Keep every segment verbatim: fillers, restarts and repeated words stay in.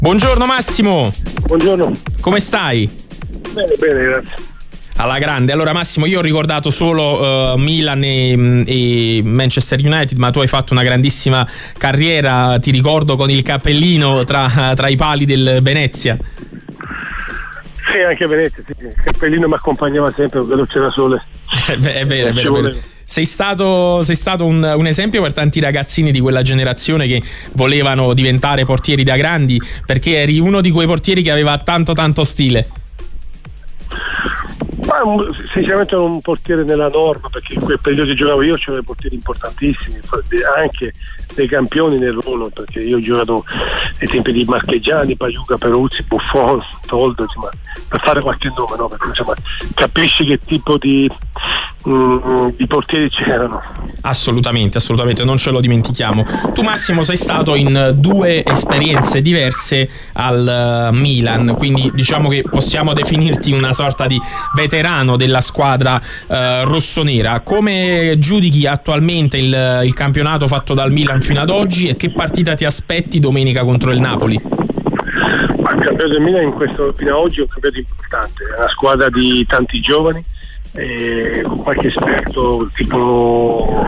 Buongiorno Massimo. Buongiorno. Come stai? Bene, bene, grazie. Alla grande. Allora Massimo, io ho ricordato solo uh, Milan e, e Manchester United, ma tu hai fatto una grandissima carriera, ti ricordo con il cappellino tra, tra i pali del Venezia. Sì, anche Venezia, sì. Il cappellino mi accompagnava sempre quando c'era sole. È vero, è vero, è vero. Sei stato, sei stato un, un esempio per tanti ragazzini di quella generazione che volevano diventare portieri da grandi, perché eri uno di quei portieri che aveva tanto tanto stile. Ma un, sinceramente ero un portiere nella norma, perché in quel periodo che giocavo io c'erano portieri importantissimi, anche dei campioni nel ruolo, perché io ho giocato ai tempi di Marchegiani, Pagliuca, Peruzzi, Buffon, Toldo, insomma, per fare qualche nome, no? Perché insomma capisci che tipo di, mm, di portieri c'erano. Assolutamente, assolutamente, non ce lo dimentichiamo. Tu Massimo sei stato in due esperienze diverse al uh, Milan, quindi diciamo che possiamo definirti una sorta di veterano della squadra uh, rossonera. Come giudichi attualmente il, il campionato fatto dal Milan fino ad oggi e che partita ti aspetti domenica contro il Napoli? Ma il campionato del Milan in questo, fino ad oggi è un campionato importante, è una squadra di tanti giovani, eh, con qualche esperto tipo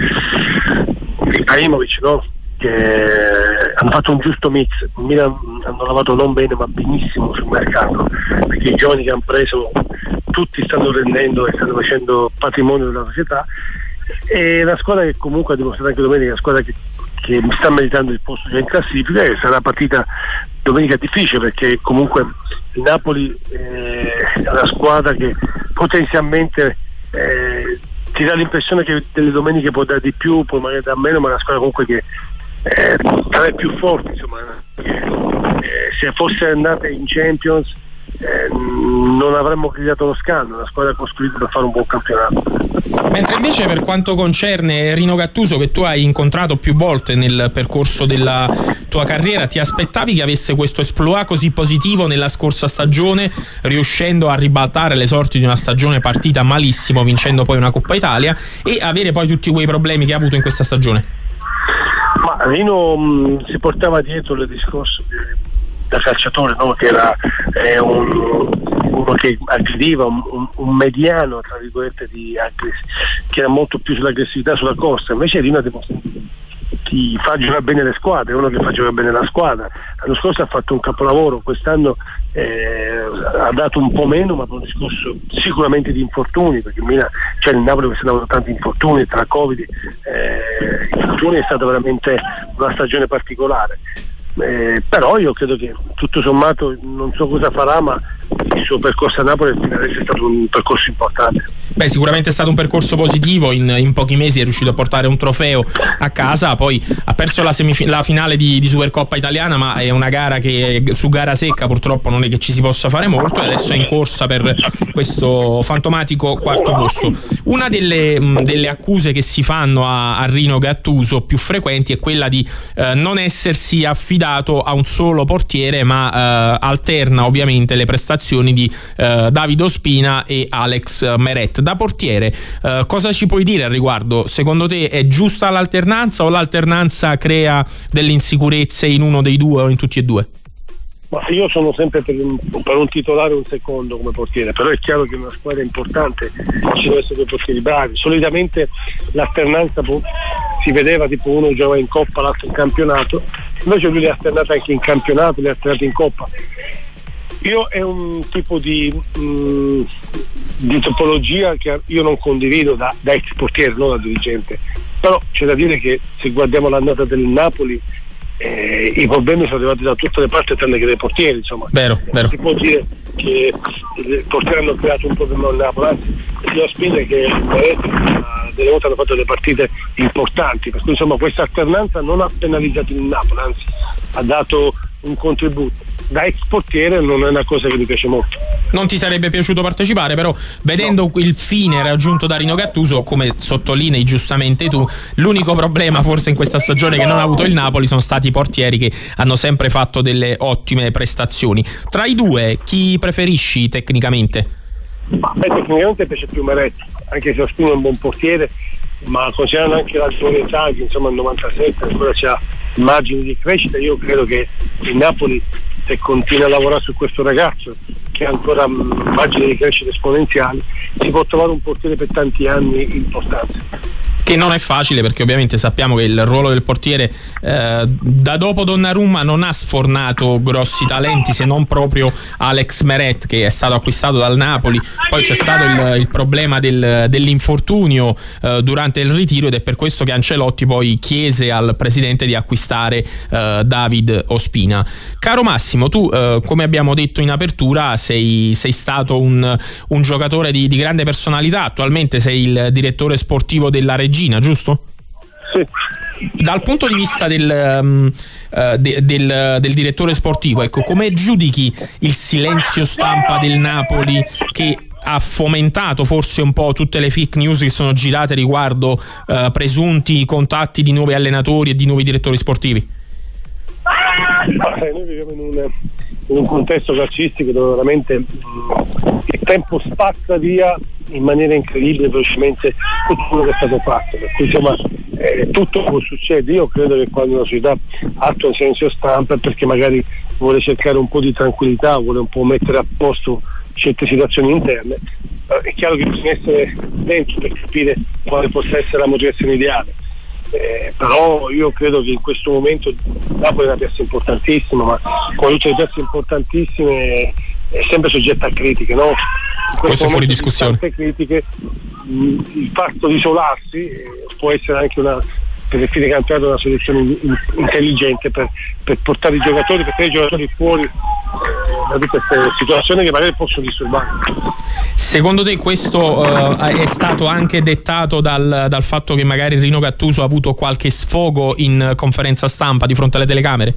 Ibrahimovic, no? Che hanno fatto un giusto mix. Il Milan hanno lavorato non bene ma benissimo sul mercato, perché i giovani che hanno preso tutti stanno rendendo e stanno facendo patrimonio della società. È una squadra che comunque ha dimostrato anche domenica, una squadra che, che mi sta meritando il posto già in classifica, e sarà una partita domenica difficile, perché comunque il Napoli eh, è una squadra che potenzialmente eh, ti dà l'impressione che delle domeniche può dare di più, poi magari da meno, ma è una squadra comunque che eh, tra le più forti, insomma, che, eh, se fosse andata in Champions Eh, non avremmo gridato lo scandalo, una squadra costruita per fare un buon campionato. Mentre invece per quanto concerne Rino Gattuso, che tu hai incontrato più volte nel percorso della tua carriera, ti aspettavi che avesse questo exploit così positivo nella scorsa stagione, riuscendo a ribaltare le sorti di una stagione partita malissimo, vincendo poi una Coppa Italia, e avere poi tutti quei problemi che ha avuto in questa stagione? Ma Rino mh, si portava dietro il discorso di da calciatore, no? Che era eh, un, uno che aggrediva, un, un, un mediano tra virgolette di aggress- che era molto più sull'aggressività, sulla corsa. Invece Rino ti fa giocare bene le squadre, è uno che fa giocare bene la squadra. L'anno scorso ha fatto un capolavoro, quest'anno eh, ha dato un po' meno, ma per un discorso sicuramente di infortuni, perché Milan, cioè il Napoli quest'anno ha avuto tanti infortuni tra Covid, eh, infortuni, è stata veramente una stagione particolare. Eh, però io credo che tutto sommato, non so cosa farà, ma il suo percorso a Napoli fino adesso è stato un percorso importante. Beh, sicuramente è stato un percorso positivo, in, in pochi mesi è riuscito a portare un trofeo a casa, poi ha perso la, semif- la finale di, di Supercoppa italiana, ma è una gara che su gara secca purtroppo non è che ci si possa fare molto, e adesso è in corsa per questo fantomatico quarto posto. Una delle, mh, delle accuse che si fanno a, a Rino Gattuso più frequenti è quella di eh, non essersi affidato a un solo portiere, ma eh, alterna ovviamente le prestazioni di eh, David Ospina e Alex Meret. Da portiere, eh, cosa ci puoi dire al riguardo? Secondo te è giusta l'alternanza, o l'alternanza crea delle insicurezze in uno dei due o in tutti e due? Ma io sono sempre per un, per un titolare un secondo come portiere, però è chiaro che in una squadra importante ci devono essere due portieri bravi. Solitamente l'alternanza si vedeva tipo uno giocava in Coppa, l'altro in campionato, invece lui li ha alternati anche in campionato, li ha alternati in Coppa. Io è un tipo di, mh, di topologia che io non condivido da, da ex portiere, non da dirigente, però c'è da dire che se guardiamo l'andata del Napoli, eh, i problemi sono arrivati da tutte le parti tranne che dai portieri, insomma. Vero, vero. Si può dire che i portieri hanno creato un problema al Napoli, anzi io spingo che delle volte hanno fatto delle partite importanti, per cui insomma questa alternanza non ha penalizzato il Napoli, anzi ha dato un contributo. Da ex portiere non è una cosa che mi piace molto. Non ti sarebbe piaciuto partecipare, però vedendo no. il fine raggiunto da Rino Gattuso, come sottolinei giustamente tu, l'unico problema forse in questa stagione che non ha avuto il Napoli sono stati i portieri, che hanno sempre fatto delle ottime prestazioni. Tra i due chi preferisci tecnicamente? Ma, beh, tecnicamente piace più Meret, anche se Ospina è un buon portiere, ma considerando anche la sua età, che insomma il novantasette ancora c'ha margini di crescita. Io credo che il Napoli, se continua a lavorare su questo ragazzo che ha ancora margini di crescita esponenziali, si può trovare un portiere per tanti anni importante. Che non è facile, perché ovviamente sappiamo che il ruolo del portiere eh, da dopo Donnarumma non ha sfornato grossi talenti, se non proprio Alex Meret, che è stato acquistato dal Napoli. Poi c'è stato il, il problema del, dell'infortunio eh, durante il ritiro, ed è per questo che Ancelotti poi chiese al presidente di acquistare eh, David Ospina. Caro Massimo, tu eh, come abbiamo detto in apertura sei, sei stato un, un giocatore di, di grande personalità, attualmente sei il direttore sportivo della Regina, giusto? Sì. Dal punto di vista del, um, uh, de, del, del direttore sportivo, ecco, come giudichi il silenzio stampa del Napoli, che ha fomentato forse un po' tutte le fake news che sono girate riguardo uh, presunti contatti di nuovi allenatori e di nuovi direttori sportivi? Noi viviamo in un, in un contesto calcistico dove veramente mh, il tempo spazza via in maniera incredibile velocemente tutto quello che è stato fatto, per cui insomma eh, tutto può succedere. Io credo che quando una società attua un silenzio stampa è perché magari vuole cercare un po' di tranquillità, vuole un po' mettere a posto certe situazioni interne. Eh, è chiaro che bisogna essere dentro per capire quale possa essere la motivazione ideale. Eh, però io credo che in questo momento Napoli è una piazza importantissima, ma come tutte le piazze importantissime è sempre soggetta a critiche, no? Questo è fuori discussione. Critiche, mh, il fatto di isolarsi eh, può essere anche una, per il fine campionato, una soluzione in, intelligente per, per portare i giocatori, per tenere i giocatori fuori eh, da tutte queste situazioni che magari possono disturbare. Secondo te questo uh, è stato anche dettato dal, dal fatto che magari Rino Gattuso ha avuto qualche sfogo in conferenza stampa di fronte alle telecamere?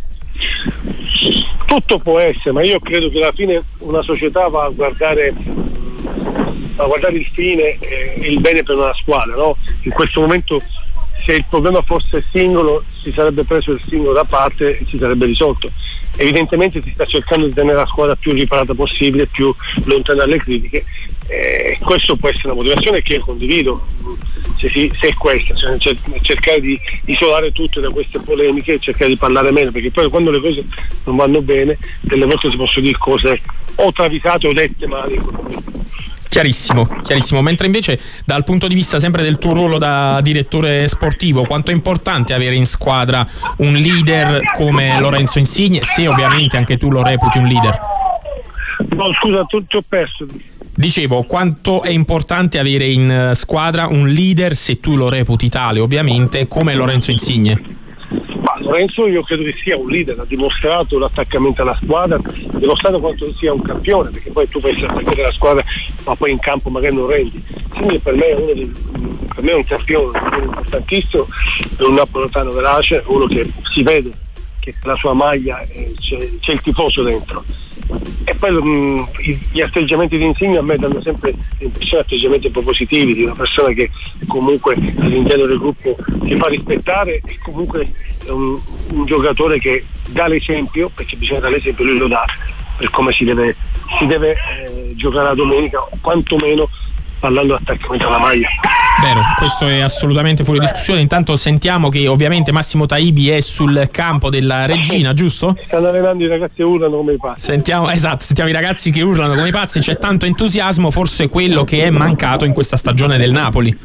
Tutto può essere, ma io credo che alla fine una società va a guardare va a guardare il fine e il bene per una squadra, no? In questo momento, se il problema fosse singolo, si sarebbe preso il singolo da parte e si sarebbe risolto. Evidentemente si sta cercando di tenere la squadra più riparata possibile, più lontana dalle critiche, eh, questo può essere una motivazione che io condivido, se, si, se è questa, cioè cercare di isolare tutto da queste polemiche e cercare di parlare meno, perché poi quando le cose non vanno bene delle volte si possono dire cose o travisate o dette male. Chiarissimo, chiarissimo. Mentre invece dal punto di vista sempre del tuo ruolo da direttore sportivo, quanto è importante avere in squadra un leader come Lorenzo Insigne, se ovviamente anche tu lo reputi un leader? No, scusa, ti ho perso. Dicevo, quanto è importante avere in squadra un leader, se tu lo reputi tale ovviamente, come Lorenzo Insigne? Ma Lorenzo io credo che sia un leader, ha dimostrato l'attaccamento alla squadra, ha dimostrato quanto sia un campione, perché poi tu puoi essere attaccante alla squadra ma poi in campo magari non rendi. Quindi per me è uno dei, per me è un campione, un importantissimo, è un napoletano verace, uno che si vede che la sua maglia eh, c'è, c'è il tifoso dentro. E poi mh, gli atteggiamenti di Insigne a me danno sempre l'impressione di atteggiamenti propositivi, di una persona che comunque all'interno del gruppo si fa rispettare e comunque è un, un giocatore che dà l'esempio, perché bisogna dare l'esempio, lui lo dà per come si deve, si deve eh, giocare la domenica, quantomeno parlando di attaccamento alla maglia. Vero, questo è assolutamente fuori discussione. Intanto sentiamo che ovviamente Massimo Taibi è sul campo della Regina, giusto? Stanno allenando i ragazzi e urlano come i pazzi. Sentiamo, esatto, sentiamo i ragazzi che urlano come i pazzi, c'è tanto entusiasmo, forse quello che è mancato in questa stagione del Napoli.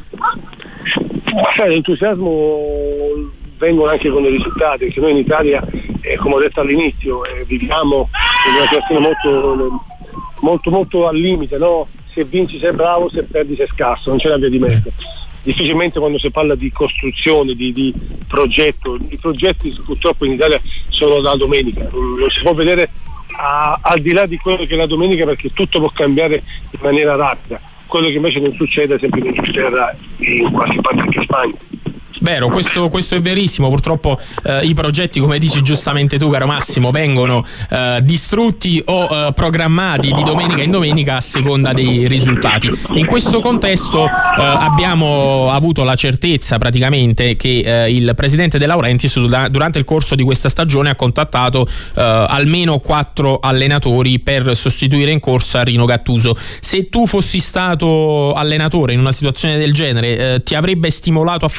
Ma sai, l'entusiasmo vengono anche con i risultati, perché noi in Italia, eh, come ho detto all'inizio, eh, viviamo in una situazione molto, molto, molto al limite, no? Se vinci sei bravo, se perdi sei scarso, non c'è una via di mezzo. Difficilmente quando si parla di costruzione, di, di progetto, i progetti purtroppo in Italia sono da domenica, non, non si può vedere a, al di là di quello che è la domenica, perché tutto può cambiare in maniera rapida, quello che invece non succede sempre in Inghilterra e in qualche parte anche in Spagna. Vero, questo, questo è verissimo. Purtroppo eh, i progetti, come dici giustamente tu, caro Massimo, vengono eh, distrutti o eh, programmati di domenica in domenica a seconda dei risultati. In questo contesto eh, abbiamo avuto la certezza praticamente che eh, il presidente De Laurentiis durante il corso di questa stagione ha contattato eh, almeno quattro allenatori per sostituire in corsa Rino Gattuso. Se tu fossi stato allenatore in una situazione del genere, eh, ti avrebbe stimolato a fare ancora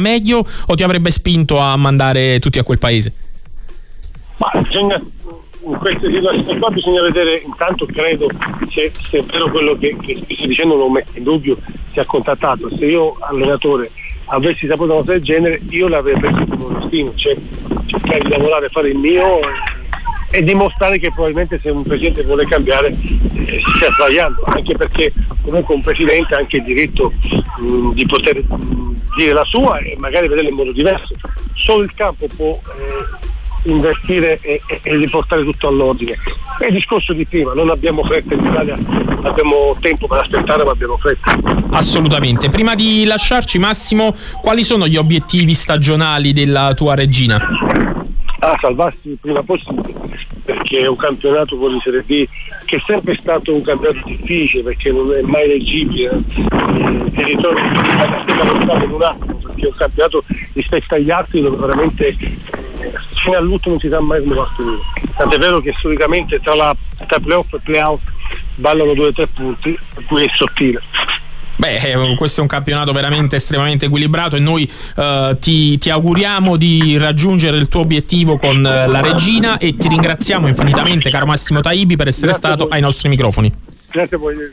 meglio o ti avrebbe spinto a mandare tutti a quel paese? Ma bisogna, in queste situazioni qua bisogna vedere, intanto credo se, se è vero quello che, che stai dicendo, non metto in dubbio, si è contattato. Se io allenatore avessi saputo una cosa del genere, io l'avrei preso come uno destino, cioè cercare di lavorare, fare il mio e, e dimostrare che probabilmente se un presidente vuole cambiare eh, si sta sbagliando, anche perché comunque un presidente ha anche il diritto mh, di poter mh, dire la sua e magari vederla in modo diverso. Solo il campo può eh, investire e, e, e riportare tutto all'ordine. È il discorso di prima, non abbiamo fretta in Italia, abbiamo tempo per aspettare, ma abbiamo fretta. Assolutamente. Prima di lasciarci, Massimo, quali sono gli obiettivi stagionali della tua Reggina? Ah, salvarsi il prima possibile, perché è un campionato con di Serie B che è sempre stato un campionato difficile, perché non è mai leggibile, il territorio in un attimo, perché è un campionato rispetto agli altri dove veramente fino all'ultimo non si sa mai come va a finire. Tant'è vero che storicamente tra la tra playoff e playout ballano due o tre punti, per cui è sottile. Beh, questo è un campionato veramente estremamente equilibrato e noi eh, ti, ti auguriamo di raggiungere il tuo obiettivo con eh, la Reggina e ti ringraziamo infinitamente, caro Massimo Taibi, per essere Grazie stato ai nostri microfoni. Grazie a voi.